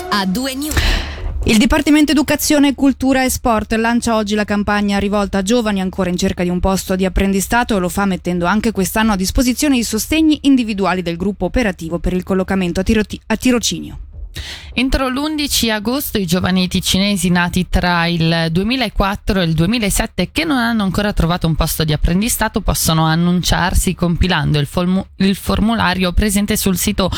A2 News. Il Dipartimento Educazione, Cultura e Sport lancia oggi la campagna rivolta a giovani ancora in cerca di un posto di apprendistato e lo fa mettendo anche quest'anno a disposizione i sostegni individuali del gruppo operativo per il collocamento a tirocinio. Entro l'11 agosto i giovani ticinesi nati tra il 2004 e il 2007 che non hanno ancora trovato un posto di apprendistato possono annunciarsi compilando il formulario presente sul sito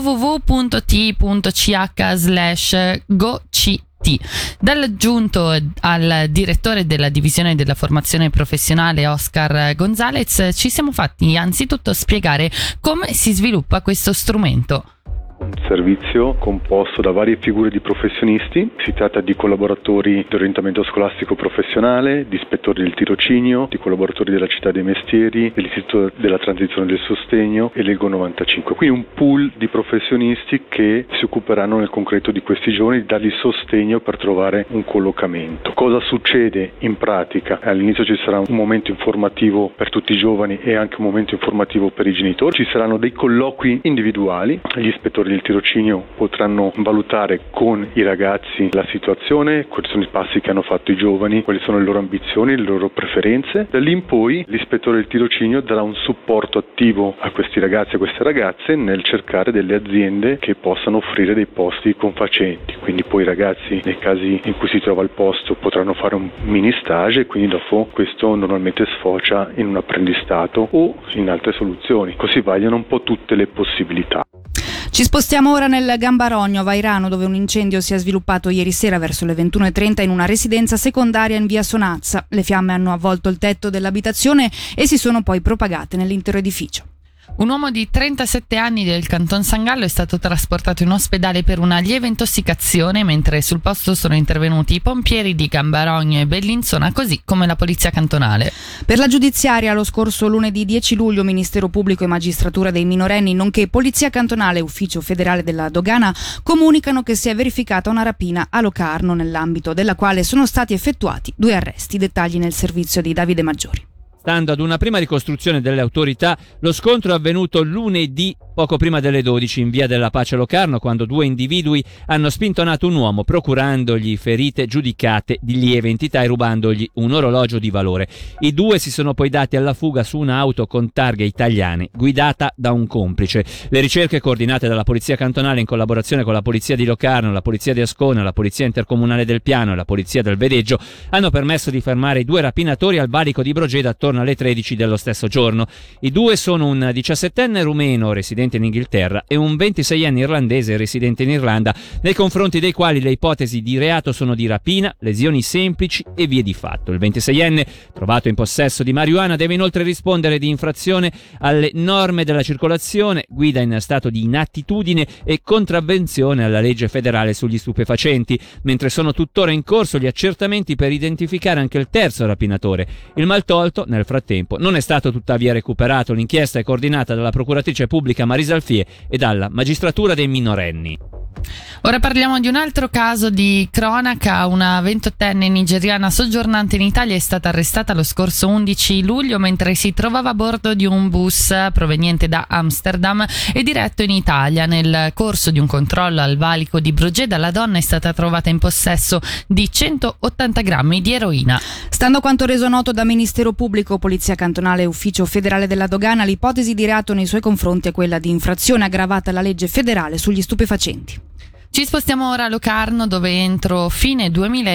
www.ti.ch/goct. Dall'aggiunto al direttore della divisione della formazione professionale Oscar Gonzalez ci siamo fatti anzitutto spiegare come si sviluppa questo strumento. Un servizio composto da varie figure di professionisti, si tratta di collaboratori di orientamento scolastico professionale, di ispettori del tirocinio, di collaboratori della città dei mestieri, dell'Istituto della transizione del sostegno e l'Ego 95. Quindi un pool di professionisti che si occuperanno nel concreto di questi giovani di dargli sostegno per trovare un collocamento. Cosa succede in pratica? All'inizio ci sarà un momento informativo per tutti i giovani e anche un momento informativo per i genitori. Ci saranno dei colloqui individuali, gli ispettori del tirocinio potranno valutare con i ragazzi la situazione, quali sono i passi che hanno fatto i giovani, quali sono le loro ambizioni, le loro preferenze. Da lì in poi l'ispettore del tirocinio darà un supporto attivo a questi ragazzi e a queste ragazze nel cercare delle aziende che possano offrire dei posti confacenti. Quindi poi i ragazzi, nei casi in cui si trova il posto, potranno fare un mini stage e quindi dopo questo normalmente sfocia in un apprendistato o in altre soluzioni. Così vagliano un po' tutte le possibilità. Ci spostiamo ora nel Gambarogno, Vairano, dove un incendio si è sviluppato ieri sera verso le 21:30 in una residenza secondaria in via Sonazza. Le fiamme hanno avvolto il tetto dell'abitazione e si sono poi propagate nell'intero edificio. Un uomo di 37 anni del Canton San Gallo è stato trasportato in ospedale per una lieve intossicazione, mentre sul posto sono intervenuti i pompieri di Gambarogno e Bellinzona, così come la polizia cantonale. Per la giudiziaria, lo scorso lunedì 10 luglio, Ministero Pubblico e Magistratura dei minorenni, nonché Polizia Cantonale e Ufficio Federale della Dogana, comunicano che si è verificata una rapina a Locarno, nell'ambito della quale sono stati effettuati 2 arresti. Dettagli nel servizio di Davide Maggiori. Stando ad una prima ricostruzione delle autorità, lo scontro è avvenuto lunedì poco prima delle 12 in via della Pace Locarno, quando 2 individui hanno spintonato un uomo procurandogli ferite giudicate di lieve entità e rubandogli un orologio di valore. I 2 si sono poi dati alla fuga su un'auto con targhe italiane guidata da un complice. Le ricerche coordinate dalla Polizia Cantonale in collaborazione con la Polizia di Locarno, la Polizia di Ascona, la Polizia Intercomunale del Piano e la Polizia del Vedeggio hanno permesso di fermare i 2 rapinatori al valico di Brogeda attorno alle 13 dello stesso giorno. I 2 sono un 17enne rumeno residente in Inghilterra e un 26enne irlandese residente in Irlanda, nei confronti dei quali le ipotesi di reato sono di rapina, lesioni semplici e vie di fatto. Il 26enne, trovato in possesso di marijuana, deve inoltre rispondere di infrazione alle norme della circolazione, guida in stato di inattitudine e contravvenzione alla legge federale sugli stupefacenti, mentre sono tuttora in corso gli accertamenti per identificare anche il terzo rapinatore. Il maltolto, nel frattempo, non è stato tuttavia recuperato. L'inchiesta è coordinata dalla procuratrice pubblica Marisa Alfie e dalla magistratura dei minorenni. Ora parliamo di un altro caso di cronaca. Una 28enne nigeriana soggiornante in Italia è stata arrestata lo scorso 11 luglio mentre si trovava a bordo di un bus proveniente da Amsterdam e diretto in Italia. Nel corso di un controllo al valico di Brogeda, la donna è stata trovata in possesso di 180 grammi di eroina. Stando a quanto reso noto da Ministero Pubblico, Polizia Cantonale e Ufficio Federale della Dogana, l'ipotesi di reato nei suoi confronti è quella di infrazione aggravata alla legge federale sugli stupefacenti. Ci spostiamo ora a Locarno, dove entro fine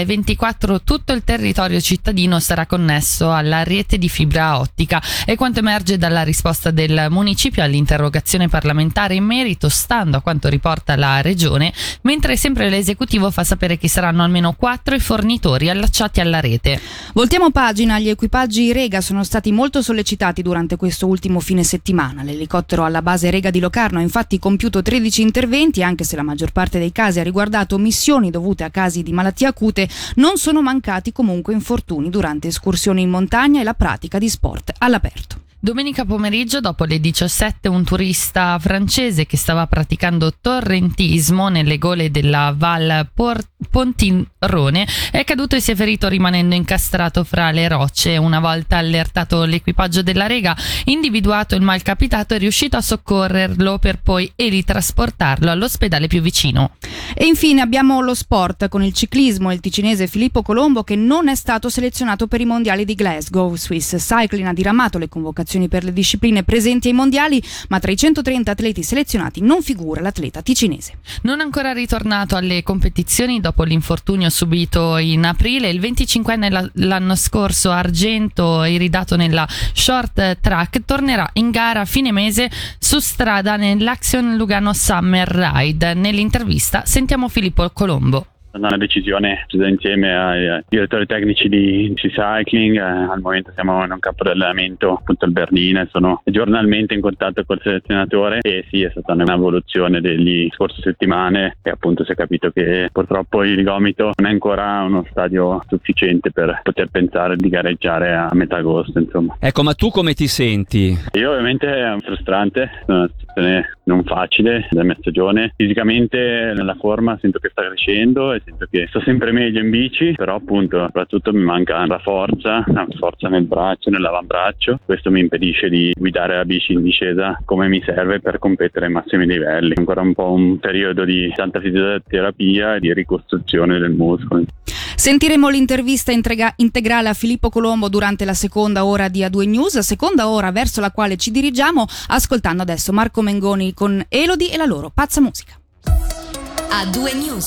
2024 tutto il territorio cittadino sarà connesso alla rete di fibra ottica. È quanto emerge dalla risposta del municipio all'interrogazione parlamentare in merito, stando a quanto riporta la regione, mentre sempre l'esecutivo fa sapere che saranno almeno 4 i fornitori allacciati alla rete. Voltiamo pagina. Gli equipaggi Rega sono stati molto sollecitati durante questo ultimo fine settimana. L'elicottero alla base Rega di Locarno ha infatti compiuto 13 interventi, anche se la maggior parte dei casi ha riguardato missioni dovute a casi di malattie acute. Non sono mancati comunque infortuni durante escursioni in montagna e la pratica di sport all'aperto. Domenica pomeriggio, dopo le 17, un turista francese che stava praticando torrentismo nelle gole della Val Pontirone è caduto e si è ferito rimanendo incastrato fra le rocce. Una volta allertato l'equipaggio della Rega, individuato il malcapitato, è riuscito a soccorrerlo per poi elitrasportarlo all'ospedale più vicino. E infine abbiamo lo sport con il ciclismo e il ticinese Filippo Colombo che non è stato selezionato per i mondiali di Glasgow. Swiss Cycling ha diramato le convocazioni per le discipline presenti ai mondiali, ma tra i 130 atleti selezionati non figura l'atleta ticinese. Non ancora ritornato alle competizioni dopo l'infortunio subito in aprile, il 25enne l'anno scorso argento iridato nella short track tornerà in gara a fine mese su strada nell'Action Lugano Summer Ride. Nell'intervista sentiamo Filippo Colombo. Una decisione presa insieme ai direttori tecnici di Cycling. Al momento siamo in un campo di allenamento appunto al Bernina, sono giornalmente in contatto col selezionatore e sì, è stata un'evoluzione degli scorse settimane e appunto si è capito che purtroppo il gomito non è ancora uno stadio sufficiente per poter pensare di gareggiare a metà agosto, insomma. Ecco, ma tu come ti senti? Io ovviamente è frustrante, è una situazione non facile della mia stagione. Fisicamente nella forma sento che sta crescendo e sento che sto sempre meglio in bici, però appunto soprattutto mi manca la forza nel braccio, nell'avambraccio. Questo mi impedisce di guidare la bici in discesa come mi serve per competere ai massimi livelli. Ancora un po' un periodo di tanta fisioterapia e di ricostruzione del muscolo. Sentiremo l'intervista integrale a Filippo Colombo durante la seconda ora di A2 News, seconda ora verso la quale ci dirigiamo ascoltando adesso Marco Mengoni con Elodie e la loro pazza musica. A2 News.